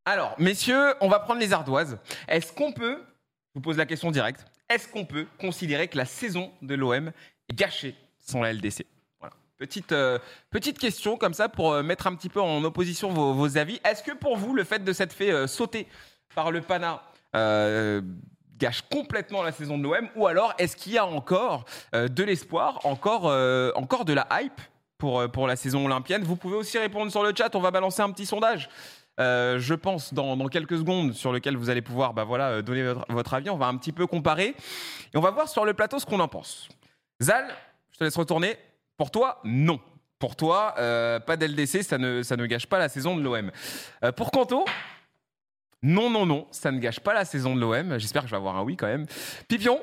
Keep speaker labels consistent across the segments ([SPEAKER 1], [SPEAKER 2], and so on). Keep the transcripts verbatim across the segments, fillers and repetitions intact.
[SPEAKER 1] Alors, messieurs, on va prendre les ardoises. Est-ce qu'on peut, je vous pose la question directe, est-ce qu'on peut considérer que la saison de l'O M est gâchée sans la L D C ? Voilà. Petite, euh, petite question comme ça pour euh, mettre un petit peu en opposition vos, vos avis. Est-ce que pour vous, le fait de s'être fait euh, sauter par le Pana euh, gâche complètement la saison de l'O M, ou alors est-ce qu'il y a encore euh, de l'espoir, encore, euh, encore de la hype pour, euh, pour la saison olympienne ? Vous pouvez aussi répondre sur le chat, on va balancer un petit sondage. Euh, je pense dans, dans quelques secondes sur lequel vous allez pouvoir bah voilà, donner votre, votre avis. On va un petit peu comparer et on va voir sur le plateau ce qu'on en pense. Zal, je te laisse retourner. Pour toi, non. Pour toi, euh, pas d'L D C, ça ne, ça ne gâche pas la saison de l'O M. Euh, pour Kanto, non, non, non, ça ne gâche pas la saison de l'O M. J'espère que je vais avoir un oui quand même. Pipion,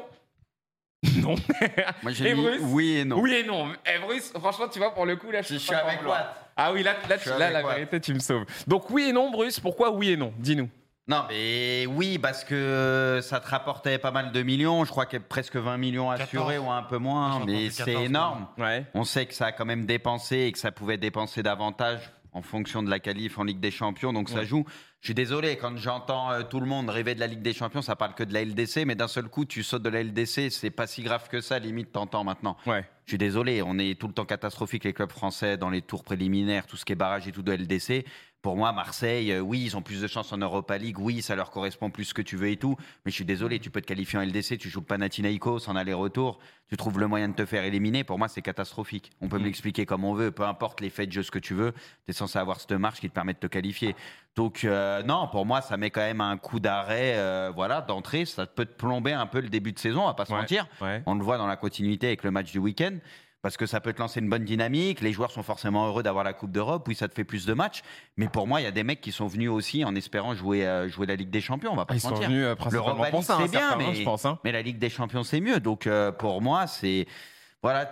[SPEAKER 1] non.
[SPEAKER 2] Moi j'ai
[SPEAKER 1] Et
[SPEAKER 2] mis
[SPEAKER 1] Bruce,
[SPEAKER 2] oui et non.
[SPEAKER 1] oui et non. Et Bruce, franchement, tu vois, pour le coup, là, je,
[SPEAKER 2] Je
[SPEAKER 1] suis
[SPEAKER 2] suis
[SPEAKER 1] pas
[SPEAKER 2] avec
[SPEAKER 1] en gloire.
[SPEAKER 2] Watt.
[SPEAKER 1] Ah oui, là, là, tu- là la
[SPEAKER 2] Watt.
[SPEAKER 1] vérité, tu me sauves. Donc oui et non, Bruce, pourquoi oui et non ? Dis-nous.
[SPEAKER 2] Non, mais oui, parce que ça te rapportait pas mal de millions. Je crois qu'il y a presque vingt millions assurés
[SPEAKER 3] quatorze.
[SPEAKER 2] ou un peu moins.
[SPEAKER 3] Je
[SPEAKER 2] Mais
[SPEAKER 3] crois
[SPEAKER 2] c'est
[SPEAKER 3] que quatorze,
[SPEAKER 2] énorme.
[SPEAKER 1] Ouais.
[SPEAKER 2] On sait que ça a quand même dépensé et que ça pouvait dépenser davantage en fonction de la qualif en Ligue des Champions. Donc ça
[SPEAKER 1] Ouais.
[SPEAKER 2] joue. Je suis désolé, quand j'entends euh, tout le monde rêver de la Ligue des Champions, ça parle que de la L D C. Mais d'un seul coup, tu sautes de la L D C, c'est pas si grave que ça. Limite, t'entends maintenant.
[SPEAKER 1] Ouais.
[SPEAKER 2] Je suis désolé, on est tout le temps catastrophique, les clubs français, dans les tours préliminaires, tout ce qui est barrage et tout de L D C. Pour moi, Marseille, euh, oui, ils ont plus de chances en Europa League, oui, ça leur correspond plus ce que tu veux et tout. Mais je suis désolé, tu peux te qualifier en L D C, tu joues le Panathinaikos en aller-retour, tu trouves le moyen de te faire éliminer. Pour moi, c'est catastrophique. On peut
[SPEAKER 1] Mm.
[SPEAKER 2] me l'expliquer comme on veut, peu importe les faits de jeu, ce que tu veux, tu es censé avoir cette marche qui te permet de te qualifier. Donc, euh, non, pour moi, ça met quand même un coup d'arrêt euh, voilà, d'entrée. Ça peut te plomber un peu le début de saison, on va pas se
[SPEAKER 1] Ouais.
[SPEAKER 2] mentir.
[SPEAKER 1] Ouais.
[SPEAKER 2] On le voit dans la continuité avec le match du week-end. Parce que ça peut te lancer une bonne dynamique, les joueurs sont forcément heureux d'avoir la Coupe d'Europe, oui ça te fait plus de matchs, mais pour moi il y a des mecs qui sont venus aussi en espérant jouer, euh, jouer la Ligue des Champions, on va pas
[SPEAKER 1] Ils
[SPEAKER 2] se
[SPEAKER 1] sont
[SPEAKER 2] mentir.
[SPEAKER 1] venus euh, principalement
[SPEAKER 2] L'Europa
[SPEAKER 1] pour
[SPEAKER 2] League,
[SPEAKER 1] ça, hein,
[SPEAKER 2] c'est bien,
[SPEAKER 1] certains, hein,
[SPEAKER 2] mais-
[SPEAKER 1] je pense. Hein.
[SPEAKER 2] Mais la Ligue des Champions c'est mieux, donc euh, pour moi c'est... Voilà,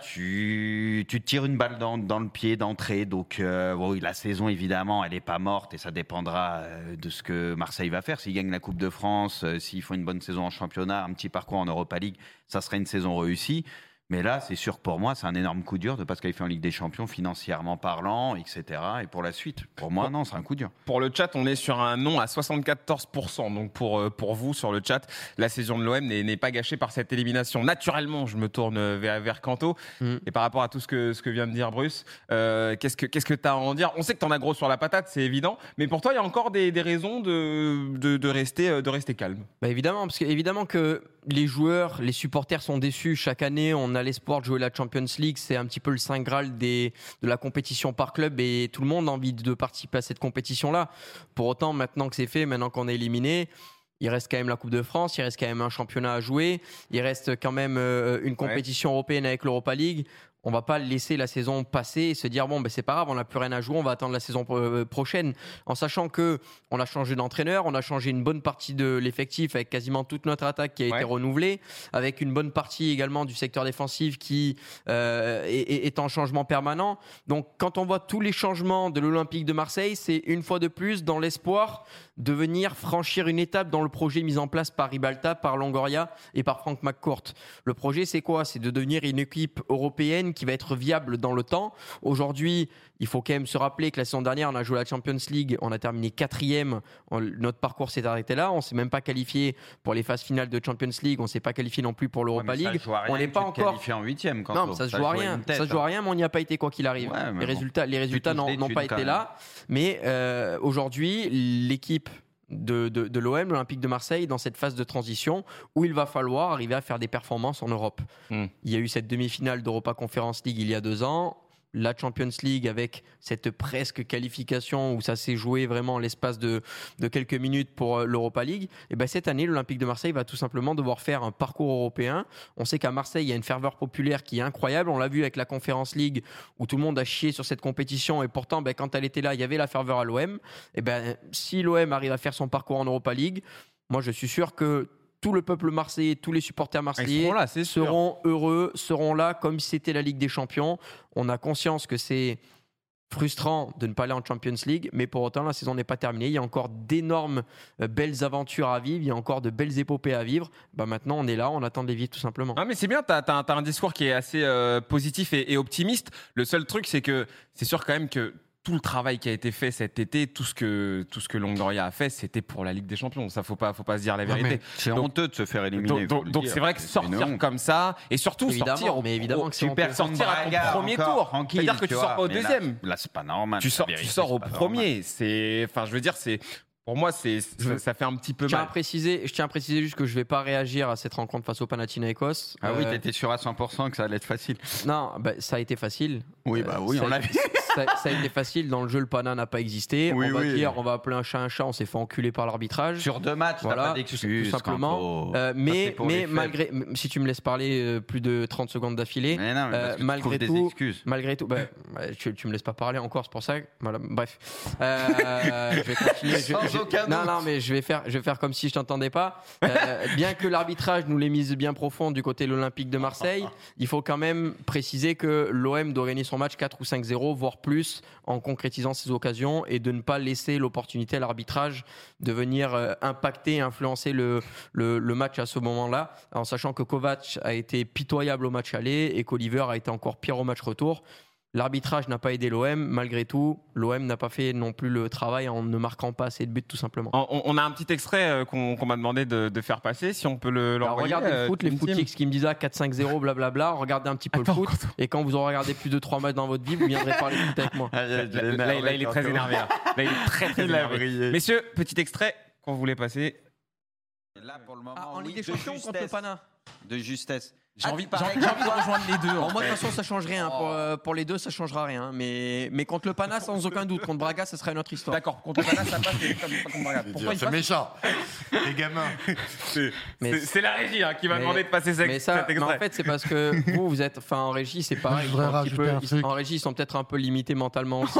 [SPEAKER 2] tu, tu te tires une balle dans, dans le pied d'entrée, donc euh, oui, la saison évidemment elle n'est pas morte et ça dépendra euh, de ce que Marseille va faire. S'ils gagnent la Coupe de France, euh, s'ils font une bonne saison en championnat, un petit parcours en Europa League, ça serait une saison réussie. Mais là, c'est sûr que pour moi, c'est un énorme coup dur de ne pas se qualifier en Ligue des Champions, financièrement parlant, et cetera. Et pour la suite, pour moi, non, c'est un coup dur.
[SPEAKER 1] Pour le chat, on est sur un non à soixante-quatorze pour cent. Donc pour, euh, pour vous, sur le chat, la saison de l'O M n'est, n'est pas gâchée par cette élimination. Naturellement, je me tourne vers, vers Kanto.
[SPEAKER 4] Mm.
[SPEAKER 1] Et par rapport à tout ce que, ce que vient de dire Bruce, euh, qu'est-ce que qu'est-ce que tu as à en dire ? On sait que tu en as gros sur la patate, c'est évident. Mais pour toi, il y a encore des, des raisons de, de, de, rester, de rester calme.
[SPEAKER 4] Bah évidemment, parce que évidemment que les joueurs, les supporters sont déçus. Chaque année, on a l'espoir de jouer la Champions League. C'est un petit peu le saint graal des, de la compétition par club et tout le monde a envie de participer à cette compétition-là. Pour autant, maintenant que c'est fait, maintenant qu'on est éliminé, il reste quand même la Coupe de France, il reste quand même un championnat à jouer, il reste quand même euh, une compétition ouais. européenne avec l'Europa League. On va pas laisser la saison passer et se dire bon ben c'est pas grave, on n'a plus rien à jouer, on va attendre la saison pro- prochaine, en sachant que on a changé d'entraîneur, on a changé une bonne partie de l'effectif avec quasiment toute notre attaque qui a ouais. été renouvelée, avec une bonne partie également du secteur défensif qui euh, est, est en changement permanent. Donc quand on voit tous les changements de l'Olympique de Marseille, c'est une fois de plus dans l'espoir de venir franchir une étape dans le projet mis en place par Ribalta, par Longoria et par Frank McCourt. Le projet c'est quoi ? C'est de devenir une équipe européenne qui va être viable dans le temps. Aujourd'hui, il faut quand même se rappeler que la saison dernière, on a joué la Champions League, on a terminé quatrième, on, notre parcours s'est arrêté là, on ne s'est même pas qualifié pour les phases finales de Champions League, on ne s'est pas qualifié non plus pour l'Europa
[SPEAKER 2] ouais,
[SPEAKER 4] League.
[SPEAKER 2] On
[SPEAKER 4] n'est pas encore
[SPEAKER 2] qualifié en huitième. Quand
[SPEAKER 4] non, ça se joue à rien. Tête, ça se joue à rien, mais on n'y a pas été quoi qu'il arrive. Ouais, les, bon. résultats, les résultats n'ont, n'ont pas été même. là. Mais euh, aujourd'hui, l'équipe De, de, de l'O M, l'Olympique de Marseille, dans cette phase de transition où il va falloir arriver à faire des performances en Europe. Mm. Il y a eu cette demi-finale d'Europa Conference League il y a deux ans, la Champions League avec cette presque qualification où ça s'est joué vraiment en l'espace de, de quelques minutes pour l'Europa League. Et ben cette année, l'Olympique de Marseille va tout simplement devoir faire un parcours européen. On sait qu'à Marseille, il y a une ferveur populaire qui est incroyable. On l'a vu avec la Conference League où tout le monde a chié sur cette compétition et pourtant, ben, quand elle était là, il y avait la ferveur à l'O M. Et ben, si l'O M arrive à faire son parcours en Europa League, moi je suis sûr que tout le peuple marseillais, tous les supporters marseillais seront, là, seront heureux, seront là comme si c'était la Ligue des Champions. On a conscience que c'est frustrant de ne pas aller en Champions League, mais pour autant, la saison n'est pas terminée. Il y a encore d'énormes euh, belles aventures à vivre, il y a encore de belles épopées à vivre. Bah, maintenant, on est là, on attend de les vivre tout simplement.
[SPEAKER 1] Ah, mais c'est bien, tu as un discours qui est assez euh, positif et, et optimiste. Le seul truc, c'est que c'est sûr quand même que tout le travail qui a été fait cet été, tout ce que tout ce que Longoria a fait, c'était pour la Ligue des Champions. Ça, faut pas, faut pas se dire la vérité.
[SPEAKER 2] C'est
[SPEAKER 1] donc,
[SPEAKER 2] honteux de se faire éliminer.
[SPEAKER 1] Donc, donc c'est vrai que sortir comme ça, et surtout
[SPEAKER 4] évidemment,
[SPEAKER 1] sortir,
[SPEAKER 4] mais évidemment que c'est
[SPEAKER 2] tu perds
[SPEAKER 1] sortir à ton premier tour. C'est-à-dire que tu sors pas au deuxième.
[SPEAKER 2] Là, là c'est pas normal.
[SPEAKER 1] Tu sors, tu sors au premier. C'est, enfin, je veux dire, c'est. Pour moi, c'est, ça, ça fait un petit peu
[SPEAKER 4] je tiens
[SPEAKER 1] mal.
[SPEAKER 4] À préciser, je tiens à préciser juste que je ne vais pas réagir à cette rencontre face au Panathinaikos.
[SPEAKER 2] Ah euh... oui, tu étais sûr à cent pour cent que ça allait être facile.
[SPEAKER 4] Non, bah, ça a été facile.
[SPEAKER 2] Oui, bah oui,
[SPEAKER 4] ça
[SPEAKER 2] on l'a vu.
[SPEAKER 4] Ça, ça a été facile. Dans le jeu, le Pana n'a pas existé.
[SPEAKER 2] Oui,
[SPEAKER 4] on va
[SPEAKER 2] oui.
[SPEAKER 4] dire, on va appeler un chat un chat. On s'est fait enculer par l'arbitrage.
[SPEAKER 2] Sur deux matchs, voilà, t'as pas d'excuses.
[SPEAKER 4] Tout simplement.
[SPEAKER 2] Faut...
[SPEAKER 4] Euh, mais mais malgré, si tu me laisses parler euh, plus de trente secondes d'affilée,
[SPEAKER 2] mais non, mais
[SPEAKER 4] euh, malgré tout,
[SPEAKER 2] des excuses.
[SPEAKER 4] malgré tout, bah, tu, tu me laisses pas parler encore, c'est pour ça. Que, voilà, bref, euh, je vais continuer.
[SPEAKER 2] Sans
[SPEAKER 4] je, je,
[SPEAKER 2] aucun
[SPEAKER 4] non,
[SPEAKER 2] doute.
[SPEAKER 4] non, mais je vais faire, je vais faire comme si je t'entendais pas. Euh, bien que l'arbitrage nous l'ait mise bien profond du côté de l'Olympique de Marseille, il faut quand même préciser que l'O M doit gagner son match quatre ou cinq zéro, voire plus, en concrétisant ses occasions et de ne pas laisser l'opportunité à l'arbitrage de venir euh, impacter et influencer le, le, le match à ce moment-là, en sachant que Kovac a été pitoyable au match aller et qu'Oliver a été encore pire au match retour. L'arbitrage n'a pas aidé l'O M. Malgré tout, l'O M n'a pas fait non plus le travail en ne marquant pas assez de buts, tout simplement.
[SPEAKER 1] On, on a un petit extrait qu'on, qu'on m'a demandé de, de faire passer, si on peut le, l'envoyer.
[SPEAKER 4] Alors, regardez le foot,
[SPEAKER 1] euh,
[SPEAKER 4] les footix qui me disaient quatre cinq zéro, blablabla. Regardez un petit peu
[SPEAKER 1] Attends,
[SPEAKER 4] le foot. Et quand vous aurez regardé plus de trois matchs dans votre vie, vous viendrez parler foot avec moi.
[SPEAKER 1] Là, là, là, là, il est très énervé. Là, là il est très, très énervé. Messieurs, petit extrait qu'on voulait passer.
[SPEAKER 2] Là, pour le moment,
[SPEAKER 4] Ah, en
[SPEAKER 2] oui,
[SPEAKER 4] Ligue des
[SPEAKER 2] de
[SPEAKER 4] Champions contre le Pana.
[SPEAKER 2] De justesse.
[SPEAKER 1] J'ai,
[SPEAKER 2] Ah,
[SPEAKER 1] envie,
[SPEAKER 2] j'ai,
[SPEAKER 1] j'ai envie de rejoindre les deux.
[SPEAKER 4] Bon,
[SPEAKER 1] En
[SPEAKER 4] moi, de
[SPEAKER 1] fait.
[SPEAKER 4] toute façon, ça change rien. Pour, euh, pour les deux, ça changera rien. Mais, mais contre le Pana, sans aucun doute. Contre Braga, ça serait une autre histoire.
[SPEAKER 1] D'accord, contre le Pana, ça passe, mais comme, pas comme Braga. Pourquoi il
[SPEAKER 3] C'est
[SPEAKER 1] passe
[SPEAKER 3] méchant, les gamins.
[SPEAKER 1] c'est,
[SPEAKER 4] Mais-
[SPEAKER 1] c'est, c'est la régie hein, qui m'a
[SPEAKER 4] mais-
[SPEAKER 1] demandé de passer cet,
[SPEAKER 4] Mais ça,
[SPEAKER 1] cet
[SPEAKER 4] mais
[SPEAKER 1] extrait.
[SPEAKER 4] en fait, c'est parce que vous, vous êtes, enfin, en régie, c'est pareil.
[SPEAKER 3] je voudrais
[SPEAKER 4] ils sont un petit
[SPEAKER 3] rajouter
[SPEAKER 4] peu-
[SPEAKER 3] un
[SPEAKER 4] ils-
[SPEAKER 3] truc.
[SPEAKER 4] en régie, ils sont peut-être un peu limités mentalement aussi.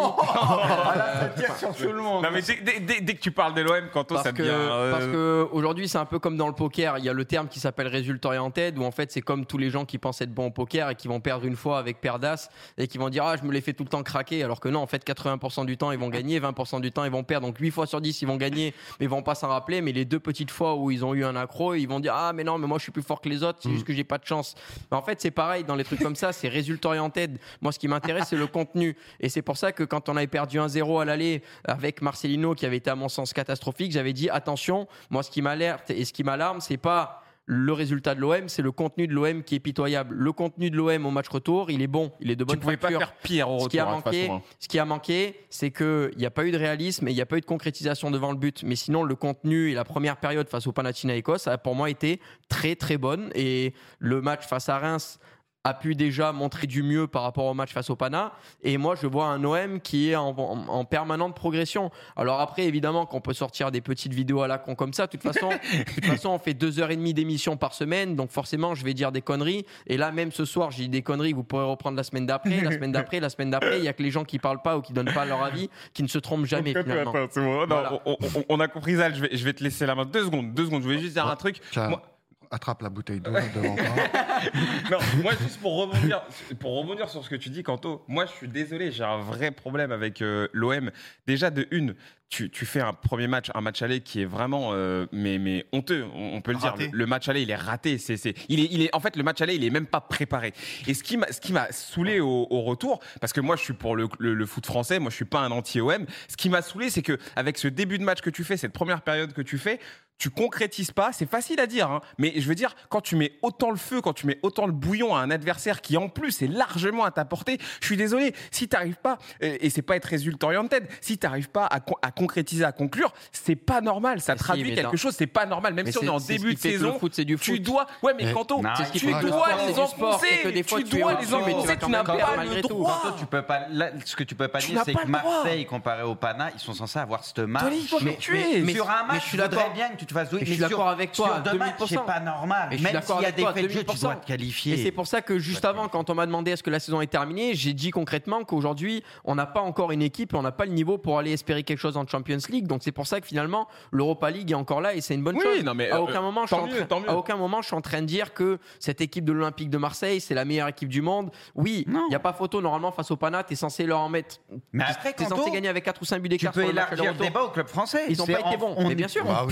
[SPEAKER 2] Ah là, ça tire sur tout le monde.
[SPEAKER 1] Non, mais dès, dès- dès- dès que tu parles de l'O M, Kanto,
[SPEAKER 4] Parce
[SPEAKER 1] ça
[SPEAKER 4] que,
[SPEAKER 1] devient. euh,
[SPEAKER 4] parce que aujourd'hui, c'est un peu comme dans le poker. Il y a le terme qui s'appelle résultat oriented, où en fait, c'est comme tous les gens qui pensent être bons au poker et qui vont perdre une fois avec paire d'as et qui vont dire ah je me les fais tout le temps craquer, alors que non, en fait, quatre-vingts pour cent du temps ils vont gagner, vingt pour cent du temps ils vont perdre. Donc huit fois sur dix ils vont gagner, mais ils vont pas s'en rappeler. Mais les deux petites fois où ils ont eu un accro, ils vont dire ah mais non, mais moi je suis plus fort que les autres, c'est juste que j'ai pas de chance. Mais en fait, c'est pareil dans les trucs comme ça, c'est résultat oriented. Moi, ce qui m'intéresse, c'est le contenu, et c'est pour ça que quand on avait perdu un zéro à l'aller avec Marcelino, qui avait été à mon sens catastrophique, j'avais dit attention, moi ce qui m'alerte et ce qui m'alarme, c'est pas le résultat de l'O M, c'est le contenu de l'O M qui est pitoyable. Le contenu de l'O M au match retour, il est bon, il est de bonne
[SPEAKER 1] tu pouvais
[SPEAKER 4] facture.
[SPEAKER 1] pas faire pire au
[SPEAKER 4] Ce qui a
[SPEAKER 1] retour, hein, de toute
[SPEAKER 4] manqué,
[SPEAKER 1] façon, hein.
[SPEAKER 4] ce qui a manqué, c'est qu'il n'y a pas eu de réalisme et il n'y a pas eu de concrétisation devant le but. Mais sinon, le contenu et la première période face au Panathinaikos, ça a pour moi été très très bonne. Et le match face à Reims a pu déjà montrer du mieux par rapport au match face au Pana. Et moi, je vois un O M qui est en, en, en permanente progression. Alors après, évidemment, qu'on peut sortir des petites vidéos à la con comme ça. De toute façon, de toute façon, on fait deux heures et demie d'émission par semaine. Donc forcément, je vais dire des conneries. Et là, même ce soir, j'ai dit des conneries. Vous pourrez reprendre la semaine d'après, la semaine d'après, la semaine d'après. Il y a que les gens qui parlent pas ou qui donnent pas leur avis, qui ne se trompent jamais finalement.
[SPEAKER 1] Attends, c'est bon. Non,
[SPEAKER 4] Voilà.
[SPEAKER 1] on, on- on a compris ça. Je vais, je vais te laisser la main. Deux secondes. Deux secondes. Je voulais juste dire un truc.
[SPEAKER 3] Tiens,
[SPEAKER 1] Moi-
[SPEAKER 3] attrape la bouteille d'eau devant toi.
[SPEAKER 1] Non, moi juste pour rebondir, pour rebondir sur ce que tu dis, Kanto, moi je suis désolé, j'ai un vrai problème avec euh, l'O M. Déjà de une, tu, tu fais un premier match, un match aller qui est vraiment euh, mais, mais honteux, on, on peut le
[SPEAKER 3] Raté.
[SPEAKER 1] dire. Le, le match aller, il est raté. C'est, c'est, il est, il est, en fait, le match aller, il est même pas préparé. Et ce qui m'a, ce qui m'a saoulé au, au retour, parce que moi je suis pour le, le, le foot français, moi je suis pas un anti-O M. Ce qui m'a saoulé, c'est que avec ce début de match que tu fais, cette première période que tu fais, tu concrétises pas, c'est facile à dire, hein, mais je veux dire, quand tu mets autant le feu, quand tu mets autant le bouillon à un adversaire qui en plus est largement à ta portée, je suis désolé, si tu n'arrives pas, euh, et c'est pas être résultat oriented, si tu n'arrives pas à, con- à concrétiser, à conclure, c'est pas normal, ça
[SPEAKER 4] Mais si,
[SPEAKER 1] traduit
[SPEAKER 4] mais
[SPEAKER 1] quelque
[SPEAKER 4] dans-
[SPEAKER 1] chose, c'est pas normal, même
[SPEAKER 4] Mais
[SPEAKER 1] si on
[SPEAKER 4] c'est-
[SPEAKER 1] est en
[SPEAKER 4] c'est ce
[SPEAKER 1] début
[SPEAKER 4] qui
[SPEAKER 1] de
[SPEAKER 4] fait que
[SPEAKER 1] saison,
[SPEAKER 4] le foot, c'est du
[SPEAKER 1] tu
[SPEAKER 4] foot.
[SPEAKER 1] dois, ouais mais
[SPEAKER 3] Mais-
[SPEAKER 1] Kanto,
[SPEAKER 2] Non,
[SPEAKER 4] C'est ce qui
[SPEAKER 1] tu
[SPEAKER 4] fait que le
[SPEAKER 1] dois
[SPEAKER 4] sport, c'est
[SPEAKER 1] les
[SPEAKER 4] du sport,
[SPEAKER 1] enfoncer,
[SPEAKER 4] et que des fois,
[SPEAKER 1] tu
[SPEAKER 4] tu es
[SPEAKER 1] dois
[SPEAKER 4] au-dessus,
[SPEAKER 1] les
[SPEAKER 4] mais tu vas
[SPEAKER 1] enfoncer,
[SPEAKER 4] quand
[SPEAKER 1] tu
[SPEAKER 4] même
[SPEAKER 1] n'as
[SPEAKER 4] perdre
[SPEAKER 1] pas
[SPEAKER 4] malgré
[SPEAKER 1] le
[SPEAKER 4] tout.
[SPEAKER 1] droit.
[SPEAKER 2] Kanto, tu peux pas. Là, ce que tu peux pas
[SPEAKER 1] Tu
[SPEAKER 2] dire,
[SPEAKER 1] n'as
[SPEAKER 2] c'est
[SPEAKER 1] pas
[SPEAKER 2] que
[SPEAKER 1] le droit.
[SPEAKER 2] Marseille, comparé au Pana, ils sont censés avoir cette marge.
[SPEAKER 1] Tony, il faut me tuer.
[SPEAKER 2] mais sur un
[SPEAKER 4] mais
[SPEAKER 2] match,
[SPEAKER 4] je suis
[SPEAKER 2] je voudrais
[SPEAKER 4] d'accord.
[SPEAKER 2] bien que tu te fasses jouer.
[SPEAKER 4] Mais je suis
[SPEAKER 2] sur-
[SPEAKER 4] d'accord avec toi,
[SPEAKER 2] Sur
[SPEAKER 4] à
[SPEAKER 2] deux
[SPEAKER 4] deux mille
[SPEAKER 2] matchs,
[SPEAKER 4] pour cent.
[SPEAKER 2] c'est pas normal.
[SPEAKER 4] Mais je suis
[SPEAKER 2] Même
[SPEAKER 4] d'accord
[SPEAKER 2] s'il y a
[SPEAKER 4] avec
[SPEAKER 2] des
[SPEAKER 4] toi,
[SPEAKER 2] faits de jeu,
[SPEAKER 4] deux mille
[SPEAKER 2] tu
[SPEAKER 4] pour cent.
[SPEAKER 2] dois te qualifier.
[SPEAKER 4] Et c'est pour ça que juste avant, quand on m'a demandé est-ce que la saison est terminée, j'ai dit concrètement qu'aujourd'hui, on n'a pas encore une équipe et on n'a pas le niveau pour aller espérer quelque chose en Champions League. Donc c'est pour ça que finalement, l'Europa League est encore là et c'est une bonne
[SPEAKER 1] Oui,
[SPEAKER 4] chose.
[SPEAKER 1] non, mais,
[SPEAKER 4] à,
[SPEAKER 1] euh,
[SPEAKER 4] aucun moment, je suis
[SPEAKER 1] tant
[SPEAKER 4] en
[SPEAKER 1] mieux,
[SPEAKER 4] train-
[SPEAKER 1] tant mieux.
[SPEAKER 4] à aucun moment, je suis en train de dire que cette équipe de l'Olympique de Marseille, c'est la meilleure équipe du monde. Oui, il
[SPEAKER 2] Non.
[SPEAKER 4] n'y a pas photo. Normalement, face au Pana, tu es censé leur en mettre.
[SPEAKER 2] Mais après,
[SPEAKER 4] Tu es
[SPEAKER 2] Kanto,
[SPEAKER 4] censé gagner avec quatre ou cinq buts
[SPEAKER 2] tu
[SPEAKER 4] d'écart
[SPEAKER 2] peux
[SPEAKER 4] sur le match
[SPEAKER 2] élargir le
[SPEAKER 4] aller-retour.
[SPEAKER 2] débat au club français.
[SPEAKER 4] Ils ont
[SPEAKER 2] C'est
[SPEAKER 4] pas été
[SPEAKER 2] en-
[SPEAKER 4] bons,
[SPEAKER 2] on
[SPEAKER 4] mais bien sûr.
[SPEAKER 2] On
[SPEAKER 3] Ah oui.
[SPEAKER 2] pue la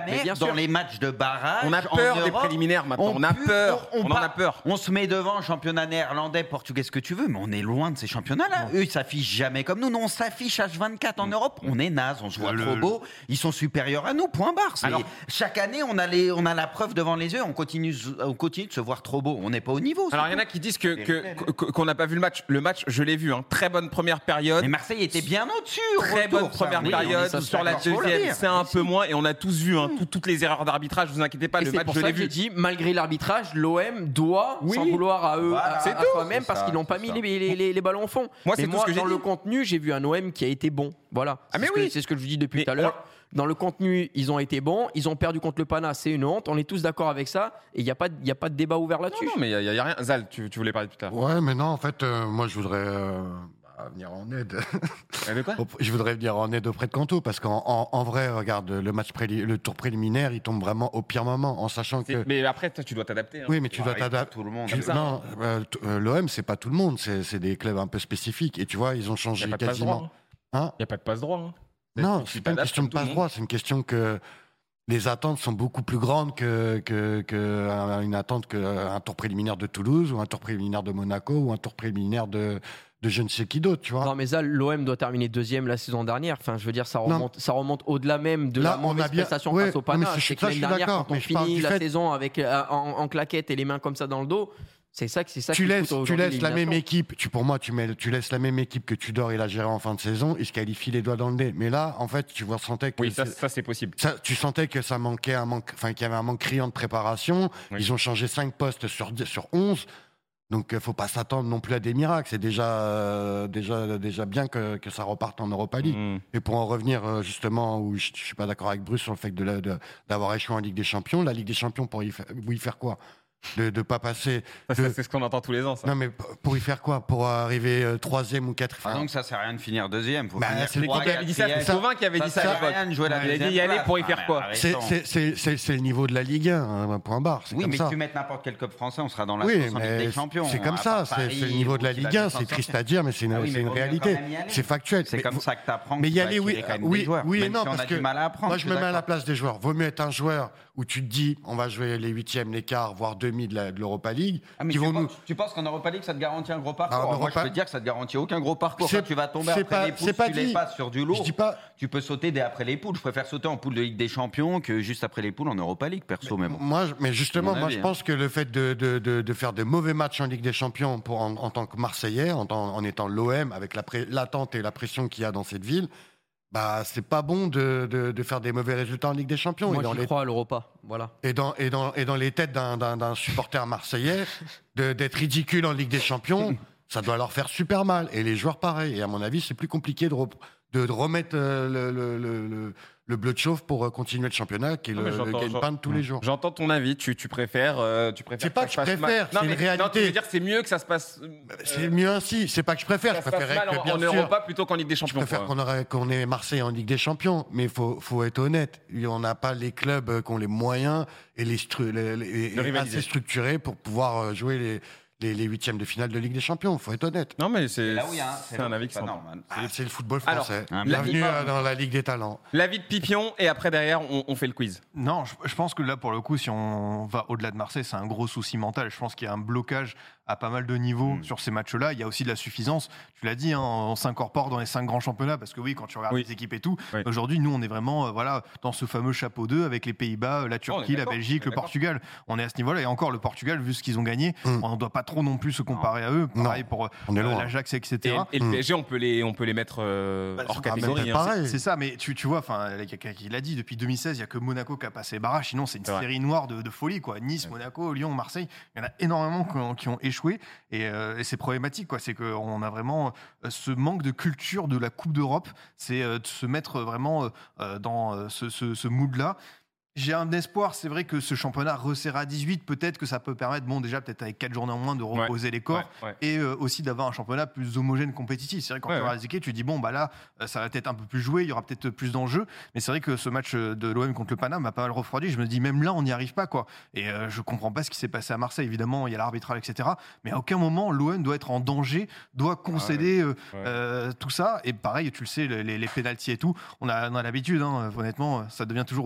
[SPEAKER 2] jamais
[SPEAKER 4] bien sûr.
[SPEAKER 2] dans les matchs de barrage.
[SPEAKER 1] On a
[SPEAKER 2] en
[SPEAKER 1] peur des
[SPEAKER 2] Europe,
[SPEAKER 1] préliminaires maintenant. On, a
[SPEAKER 2] pu-
[SPEAKER 1] peur.
[SPEAKER 2] on-
[SPEAKER 1] On,
[SPEAKER 2] on
[SPEAKER 1] en a
[SPEAKER 2] part-
[SPEAKER 1] peur.
[SPEAKER 2] On se met devant championnat néerlandais, portugais, ce que tu veux, mais on est loin de ces championnats-là. Eux, ils s'affichent jamais comme nous. Nous, on s'affiche H vingt-quatre en Europe. On est naze, on se voit
[SPEAKER 3] Le-
[SPEAKER 2] trop beau. Ils sont supérieurs à nous. Point barre. C'est-
[SPEAKER 1] Alors-
[SPEAKER 2] chaque année, on a les, on a la preuve devant les yeux. On continue, on continue de se voir trop beau. On n'est pas au niveau. c'est
[SPEAKER 1] Alors il y en
[SPEAKER 2] tout.
[SPEAKER 1] a qui disent que, que- que- qu'on n'a pas vu le match. Le match, je l'ai vu. Hein. Très bonne première période.
[SPEAKER 2] Mais Marseille était bien au-dessus. au
[SPEAKER 1] Très
[SPEAKER 2] retour,
[SPEAKER 1] bonne
[SPEAKER 2] ça.
[SPEAKER 1] première
[SPEAKER 2] Oui,
[SPEAKER 1] période.
[SPEAKER 2] on est
[SPEAKER 1] Sur la
[SPEAKER 2] d'accord, faut le
[SPEAKER 1] deuxième,
[SPEAKER 2] dire.
[SPEAKER 1] c'est un peu moins. Et on a tous vu hein, tout- toutes les erreurs d'arbitrage. Vous inquiétez pas,
[SPEAKER 4] Et
[SPEAKER 1] le
[SPEAKER 4] c'est
[SPEAKER 1] match,
[SPEAKER 4] pour
[SPEAKER 1] je
[SPEAKER 4] ça
[SPEAKER 1] l'ai
[SPEAKER 4] que j'ai
[SPEAKER 1] vu.
[SPEAKER 4] dit, malgré l'arbitrage, l'O M doit
[SPEAKER 1] Oui.
[SPEAKER 4] s'en vouloir à eux,
[SPEAKER 2] Voilà,
[SPEAKER 4] à,
[SPEAKER 2] c'est
[SPEAKER 4] à
[SPEAKER 2] tout,
[SPEAKER 4] soi-même,
[SPEAKER 2] c'est
[SPEAKER 4] parce
[SPEAKER 2] ça,
[SPEAKER 4] qu'ils n'ont pas
[SPEAKER 2] c'est
[SPEAKER 4] mis
[SPEAKER 2] ça.
[SPEAKER 4] les, les- les- les ballons au fond.
[SPEAKER 1] Moi, c'est
[SPEAKER 4] Mais
[SPEAKER 1] tout
[SPEAKER 4] moi,
[SPEAKER 1] ce que j'ai
[SPEAKER 4] dans
[SPEAKER 1] dit.
[SPEAKER 4] le contenu, j'ai vu un O M qui a été bon. Voilà.
[SPEAKER 1] Ah, mais
[SPEAKER 4] c'est ce
[SPEAKER 1] oui.
[SPEAKER 4] que- c'est ce que je vous dis depuis
[SPEAKER 1] Mais
[SPEAKER 4] tout à l'heure. Dans le contenu, ils ont été bons. Ils ont perdu contre le Pana, c'est une honte. On est tous d'accord avec ça. Et il n'y a, pas de- il y a pas de débat ouvert
[SPEAKER 1] Non,
[SPEAKER 4] là-dessus.
[SPEAKER 1] non, mais il n'y a, y a rien. Zal, tu, tu voulais parler tout à l'heure.
[SPEAKER 3] Ouais, mais non, en fait, euh, moi, je voudrais euh, bah, venir en aide.
[SPEAKER 1] Avec quoi
[SPEAKER 3] Je voudrais venir en aide auprès de Kanto, parce qu'en en, en vrai, regarde, le match préli- le tour préliminaire, il tombe vraiment au pire moment, en sachant
[SPEAKER 1] C'est-
[SPEAKER 3] que.
[SPEAKER 1] Mais après, toi, tu dois t'adapter. hein.
[SPEAKER 3] Oui, mais tu dois
[SPEAKER 2] Pareil pour
[SPEAKER 3] t'adapter.
[SPEAKER 2] tout le monde.
[SPEAKER 3] Tu- Non, euh, t- euh, l'O M, c'est pas tout le monde, c'est c'est des clubs un peu spécifiques. Et tu vois, ils ont
[SPEAKER 1] Il
[SPEAKER 3] changé
[SPEAKER 1] n'y a pas de passe
[SPEAKER 3] quasiment.
[SPEAKER 1] droit.
[SPEAKER 3] Hein
[SPEAKER 1] Il n'y a pas de passe droit. hein.
[SPEAKER 3] Non,
[SPEAKER 1] Tu
[SPEAKER 3] c'est pas une
[SPEAKER 1] t'adaptes
[SPEAKER 3] question de
[SPEAKER 1] comme tout le
[SPEAKER 3] passe
[SPEAKER 1] monde.
[SPEAKER 3] droit, c'est une question que les attentes sont beaucoup plus grandes que, que, que un- une attente qu'un tour préliminaire de Toulouse ou un tour préliminaire de Monaco ou un tour préliminaire de, de je ne sais qui d'autre, tu vois.
[SPEAKER 4] Non, mais ça, l'O M doit terminer deuxième la saison dernière. Enfin, je veux dire, ça
[SPEAKER 3] Non.
[SPEAKER 4] remonte, ça remonte au-delà même de
[SPEAKER 3] Là,
[SPEAKER 4] la
[SPEAKER 3] on a
[SPEAKER 4] mauvaise
[SPEAKER 3] bien-
[SPEAKER 4] prestation
[SPEAKER 3] ouais,
[SPEAKER 4] face au
[SPEAKER 3] non,
[SPEAKER 4] Pana.
[SPEAKER 3] mais c'est-
[SPEAKER 4] C'est que
[SPEAKER 3] ça,
[SPEAKER 4] l'année
[SPEAKER 3] je suis
[SPEAKER 4] dernière,
[SPEAKER 3] d'accord,
[SPEAKER 4] quand on
[SPEAKER 3] mais je parle
[SPEAKER 4] finit
[SPEAKER 3] du
[SPEAKER 4] la
[SPEAKER 3] fait-
[SPEAKER 4] saison avec, euh, en, en claquette et les mains comme ça dans le dos, c'est ça, que- c'est ça
[SPEAKER 3] tu
[SPEAKER 4] qui
[SPEAKER 3] laisses,
[SPEAKER 4] coûte
[SPEAKER 3] tu
[SPEAKER 4] aujourd'hui
[SPEAKER 3] laisses la même
[SPEAKER 4] l'élimination.
[SPEAKER 3] équipe, tu, pour moi, tu, mets, tu laisses la même équipe que Tudor il a géré en fin de saison, il se qualifie les doigts dans le nez. Mais là, en fait, tu vois, sentais que
[SPEAKER 1] Oui, ça,
[SPEAKER 3] c'est-
[SPEAKER 1] ça c'est possible.
[SPEAKER 3] ça- tu sentais que ça manquait un manque, enfin qu'il y avait un manque criant de préparation.
[SPEAKER 1] Oui.
[SPEAKER 3] Ils ont changé cinq postes sur dix- sur onze. Donc, il faut pas s'attendre non plus à des miracles. C'est déjà, euh, déjà, déjà bien que, que ça reparte en Europa League.
[SPEAKER 1] Mm.
[SPEAKER 3] Et pour en revenir euh, justement, où je, je suis pas d'accord avec Bruce sur le fait de la- de- d'avoir échoué en Ligue des Champions, la Ligue des Champions pour y, fa- vous y faire quoi? De ne pas passer.
[SPEAKER 1] Ça, ça,
[SPEAKER 3] de-
[SPEAKER 1] c'est ce qu'on entend tous les ans. Ça.
[SPEAKER 3] Non, mais p- pour y faire quoi? Pour arriver euh, troisième ou quatrième?
[SPEAKER 2] Ah, donc ça sert à rien de finir deuxième. Faut
[SPEAKER 3] Bah,
[SPEAKER 2] finir
[SPEAKER 3] c'est le
[SPEAKER 2] trois,
[SPEAKER 1] Qui avait dit ça,
[SPEAKER 2] quatrième.
[SPEAKER 1] c'est Sauvin qui avait
[SPEAKER 2] Ça
[SPEAKER 1] dit ça
[SPEAKER 2] sert
[SPEAKER 1] à
[SPEAKER 2] à
[SPEAKER 1] l'époque.
[SPEAKER 2] rien de jouer la
[SPEAKER 1] Il a dit
[SPEAKER 2] deuxième
[SPEAKER 1] y aller
[SPEAKER 2] place.
[SPEAKER 1] pour y
[SPEAKER 2] Ah,
[SPEAKER 1] faire
[SPEAKER 2] mais
[SPEAKER 1] quoi
[SPEAKER 3] C'est-
[SPEAKER 2] arrêtons.
[SPEAKER 3] c'est- c'est c'est- c'est le niveau de la Ligue un, hein, point barre. C'est
[SPEAKER 2] Oui,
[SPEAKER 3] comme
[SPEAKER 2] mais
[SPEAKER 3] ça.
[SPEAKER 2] que tu mettes n'importe quel club français, on sera dans la
[SPEAKER 3] Oui,
[SPEAKER 2] sauce en Ligue
[SPEAKER 3] mais
[SPEAKER 2] des Champions.
[SPEAKER 3] c'est comme
[SPEAKER 2] À
[SPEAKER 3] ça.
[SPEAKER 2] part
[SPEAKER 3] C'est
[SPEAKER 2] Paris,
[SPEAKER 3] c'est le niveau de la
[SPEAKER 2] où tu
[SPEAKER 3] Ligue
[SPEAKER 2] vas
[SPEAKER 3] un.
[SPEAKER 2] bien
[SPEAKER 3] C'est
[SPEAKER 2] s'en
[SPEAKER 3] triste
[SPEAKER 2] sortir.
[SPEAKER 3] à dire, mais c'est une,
[SPEAKER 2] Ah oui,
[SPEAKER 3] c'est
[SPEAKER 2] mais
[SPEAKER 3] une
[SPEAKER 2] vaut mieux
[SPEAKER 3] réalité.
[SPEAKER 2] quand même y aller.
[SPEAKER 3] C'est factuel.
[SPEAKER 2] C'est
[SPEAKER 3] Mais
[SPEAKER 2] comme
[SPEAKER 3] vous-
[SPEAKER 2] ça que tu apprends.
[SPEAKER 3] mais y aller, oui, oui, oui et non, parce que
[SPEAKER 2] mal à apprendre.
[SPEAKER 3] moi je me mets à la place des joueurs. Vaut mieux être un joueur où tu te dis, on va jouer les huitièmes, les quarts, voire demi de la- de l'Europa League,
[SPEAKER 2] Ah, mais
[SPEAKER 3] qui
[SPEAKER 2] tu,
[SPEAKER 3] vont
[SPEAKER 2] penses,
[SPEAKER 3] nous.
[SPEAKER 2] tu penses qu'en Europa League, ça te garantit un gros parcours?
[SPEAKER 3] Ah, en
[SPEAKER 2] Alors, Moi,
[SPEAKER 3] Europa-
[SPEAKER 2] je peux te dire que ça te garantit aucun gros parcours.
[SPEAKER 3] C'est-
[SPEAKER 2] Quand tu vas tomber
[SPEAKER 3] c'est
[SPEAKER 2] après
[SPEAKER 3] pas-
[SPEAKER 2] les poules,
[SPEAKER 3] c'est pas
[SPEAKER 2] si tu les
[SPEAKER 3] dit.
[SPEAKER 2] passes sur du lourd.
[SPEAKER 3] Je dis pas.
[SPEAKER 2] Tu peux sauter dès après les poules. Je préfère sauter en poule de Ligue des Champions que juste après les poules en Europa League, perso. Mais bon.
[SPEAKER 3] Moi, je- mais justement,
[SPEAKER 2] mon
[SPEAKER 3] moi,
[SPEAKER 2] avis,
[SPEAKER 3] je
[SPEAKER 2] hein.
[SPEAKER 3] pense que le fait de, de, de, de faire de mauvais matchs en Ligue des Champions pour, en, en tant que Marseillais, en, tant- en étant l'O M, avec la pré- l'attente et la pression qu'il y a dans cette ville, bah, c'est pas bon de, de, de faire des mauvais résultats en Ligue des Champions.
[SPEAKER 4] Moi,
[SPEAKER 3] et, dans
[SPEAKER 4] j'y
[SPEAKER 3] les,
[SPEAKER 4] crois à l'Europa. Voilà.
[SPEAKER 3] et, dans, et, dans, et dans les têtes d'un, d'un, d'un supporter marseillais, de- d'être ridicule en Ligue des Champions, ça doit leur faire super mal. Et les joueurs, pareil. Et à mon avis, c'est plus compliqué de, re- de, de remettre euh, le, le, le, le, le bleu de chauve pour euh, continuer le championnat, qui est
[SPEAKER 1] Non,
[SPEAKER 3] le,
[SPEAKER 1] mais
[SPEAKER 3] le
[SPEAKER 1] j'entends-
[SPEAKER 3] gagne-pain de tous les jours.
[SPEAKER 1] J'entends ton avis. Tu, tu préfères. euh, tu préfères
[SPEAKER 3] C'est pas que
[SPEAKER 1] ça
[SPEAKER 3] je
[SPEAKER 1] se passe
[SPEAKER 3] préfère,
[SPEAKER 1] mal.
[SPEAKER 3] c'est
[SPEAKER 1] Non,
[SPEAKER 3] une
[SPEAKER 1] mais-
[SPEAKER 3] réalité.
[SPEAKER 1] Non, tu veux dire que c'est mieux que ça se passe. euh,
[SPEAKER 3] C'est mieux ainsi. C'est pas que je préfère.
[SPEAKER 1] Ça
[SPEAKER 3] Je
[SPEAKER 1] se passe
[SPEAKER 3] préférerais
[SPEAKER 1] mal
[SPEAKER 3] que,
[SPEAKER 1] en,
[SPEAKER 3] bien
[SPEAKER 1] en
[SPEAKER 3] sûr,
[SPEAKER 1] Europa plutôt qu'en Ligue des
[SPEAKER 3] je
[SPEAKER 1] Champions.
[SPEAKER 3] préfère
[SPEAKER 1] quoi.
[SPEAKER 3] qu'on, aurait- qu'on ait Marseille en Ligue des Champions. Mais il faut, faut être honnête. On n'a pas les clubs euh, qui ont les moyens et, les stru- les- les-
[SPEAKER 1] De
[SPEAKER 3] et
[SPEAKER 1] rivaliser.
[SPEAKER 3] assez structurés pour pouvoir euh, jouer les, les, les huitièmes de finale de Ligue des Champions. Il faut être honnête.
[SPEAKER 1] Non, mais c'est
[SPEAKER 2] Là où il y a un-
[SPEAKER 1] c'est un avis qui
[SPEAKER 2] pas
[SPEAKER 1] s'entend.
[SPEAKER 2] normal.
[SPEAKER 3] Ah, c'est le football
[SPEAKER 1] Alors,
[SPEAKER 3] français.
[SPEAKER 2] un
[SPEAKER 3] Bienvenue
[SPEAKER 1] la-
[SPEAKER 3] euh, dans la Ligue des talents.
[SPEAKER 1] L'avis de Pipion et après derrière on, on fait le quiz.
[SPEAKER 5] Non, je, je pense que là, pour le coup, si on va au-delà de Marseille, c'est un gros souci mental. Je pense qu'il y a un blocage à pas mal de niveaux
[SPEAKER 2] Mm.
[SPEAKER 5] sur ces matchs-là. Il y a aussi de la suffisance. Tu l'as dit, hein, on s'incorpore dans les cinq grands championnats parce que oui, quand tu regardes
[SPEAKER 1] Oui.
[SPEAKER 5] les équipes et tout,
[SPEAKER 1] Oui.
[SPEAKER 5] aujourd'hui, nous, on est vraiment euh, voilà, dans ce fameux chapeau deux avec les Pays-Bas, euh, la Turquie, la
[SPEAKER 1] d'accord,
[SPEAKER 5] Belgique,
[SPEAKER 1] on est
[SPEAKER 5] le
[SPEAKER 1] d'accord.
[SPEAKER 5] Portugal. On est à ce niveau-là. Et encore, le Portugal, vu ce qu'ils ont gagné,
[SPEAKER 3] Mm.
[SPEAKER 5] on ne doit pas trop non plus se comparer à eux. Pareil
[SPEAKER 3] Non,
[SPEAKER 5] pour euh,
[SPEAKER 3] on est loin.
[SPEAKER 5] l'Ajax, et
[SPEAKER 1] Et,
[SPEAKER 5] cetera.
[SPEAKER 1] et le
[SPEAKER 3] Mm.
[SPEAKER 1] P S G on peut les on peut les mettre euh,
[SPEAKER 5] Bah,
[SPEAKER 1] hors
[SPEAKER 5] c'est
[SPEAKER 3] pas
[SPEAKER 1] catégorie.
[SPEAKER 3] même
[SPEAKER 1] hein.
[SPEAKER 3] pareil.
[SPEAKER 5] C'est ça, mais tu, tu vois, enfin, il y a quelqu'un qui l'a dit, depuis deux mille seize, il n'y a que Monaco qui a passé les barrages, sinon c'est une
[SPEAKER 1] C'est vrai.
[SPEAKER 5] série noire de, de folie, quoi. Nice, Monaco, Lyon, Marseille, il y en a énormément qui ont, qui ont échoué, et, euh, et c'est problématique, quoi. C'est qu'on a vraiment euh, ce manque de culture de la Coupe d'Europe, c'est euh, de se mettre vraiment euh, dans euh, ce, ce, ce mood-là. J'ai un espoir, c'est vrai que ce championnat resserré à dix-huit, peut-être que ça peut permettre, bon déjà peut-être avec quatre journées en moins, de reposer les corps,
[SPEAKER 1] Ouais, ouais.
[SPEAKER 5] et euh, aussi d'avoir un championnat plus homogène, compétitif. C'est vrai quand
[SPEAKER 1] Ouais,
[SPEAKER 5] tu
[SPEAKER 1] ouais.
[SPEAKER 5] regardes les équipes, tu dis bon bah là euh, ça va peut-être un peu plus joué, il y aura peut-être plus d'enjeux, mais c'est vrai que ce match euh, de l'O M contre le Pana m'a pas mal refroidi. Je me dis même là on n'y arrive pas, quoi. Et euh, je comprends pas ce qui s'est passé à Marseille. Évidemment il y a l'arbitrage, et cetera. Mais à aucun moment l'O M doit être en danger, doit concéder euh,
[SPEAKER 1] Ouais.
[SPEAKER 5] euh, tout ça. Et pareil, tu le sais, les, les pénaltys et tout, on a, on a l'habitude. Hein, honnêtement, ça devient toujours aussi euh,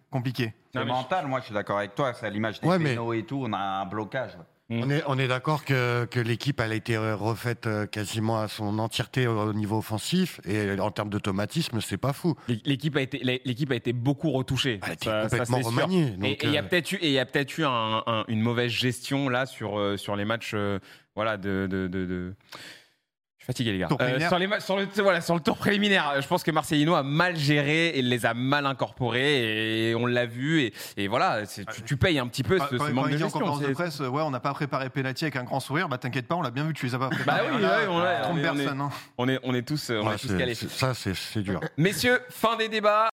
[SPEAKER 5] compliqué.
[SPEAKER 2] C'est
[SPEAKER 1] Non, mais
[SPEAKER 2] mental, moi je suis d'accord avec toi, c'est à l'image des
[SPEAKER 3] Ouais, mais-
[SPEAKER 2] pénaux et tout, on a un blocage. ouais.
[SPEAKER 3] On est, on est d'accord que, que l'équipe elle a été refaite euh, quasiment à son entièreté au niveau offensif et en termes d'automatisme, c'est pas fou.
[SPEAKER 1] L'équipe a été, l'équipe a été beaucoup retouchée.
[SPEAKER 3] Elle a été
[SPEAKER 1] Ça- ça,
[SPEAKER 3] complètement
[SPEAKER 1] c'est sûr.
[SPEAKER 3] remaniée.
[SPEAKER 1] Et
[SPEAKER 3] donc,
[SPEAKER 1] et il y a
[SPEAKER 3] euh,
[SPEAKER 1] peut-être eu, et il y a peut-être eu un- un- une mauvaise gestion là sur euh, sur les matchs, euh, voilà de, de, de, de- Je suis fatigué les gars.
[SPEAKER 5] Tour préliminaire.
[SPEAKER 1] sur les ma- sur le voilà sur le tour préliminaire, je pense que Marcelino a mal géré et les a mal incorporés et on l'a vu et, et voilà, c'est- tu, tu payes un petit peu
[SPEAKER 5] Quand,
[SPEAKER 1] ce,
[SPEAKER 5] quand-
[SPEAKER 1] ce
[SPEAKER 5] quand
[SPEAKER 1] manque
[SPEAKER 5] il
[SPEAKER 1] de
[SPEAKER 5] dit en
[SPEAKER 1] gestion.
[SPEAKER 5] conférence de
[SPEAKER 1] c'est-
[SPEAKER 5] presse, euh, ouais, on n'a pas préparé penalty avec un grand sourire, bah t'inquiète pas, on l'a bien vu que tu les as pas
[SPEAKER 1] Bah
[SPEAKER 5] préparés.
[SPEAKER 1] oui,
[SPEAKER 5] Là,
[SPEAKER 1] ouais, on l'a-
[SPEAKER 5] trompe
[SPEAKER 1] on est- on est-
[SPEAKER 5] personne, hein.
[SPEAKER 1] On est on est tous on
[SPEAKER 3] ouais,
[SPEAKER 1] est tous
[SPEAKER 3] c'est-
[SPEAKER 1] calés.
[SPEAKER 3] c'est- ça, c'est c'est dur.
[SPEAKER 1] Messieurs, fin des débats.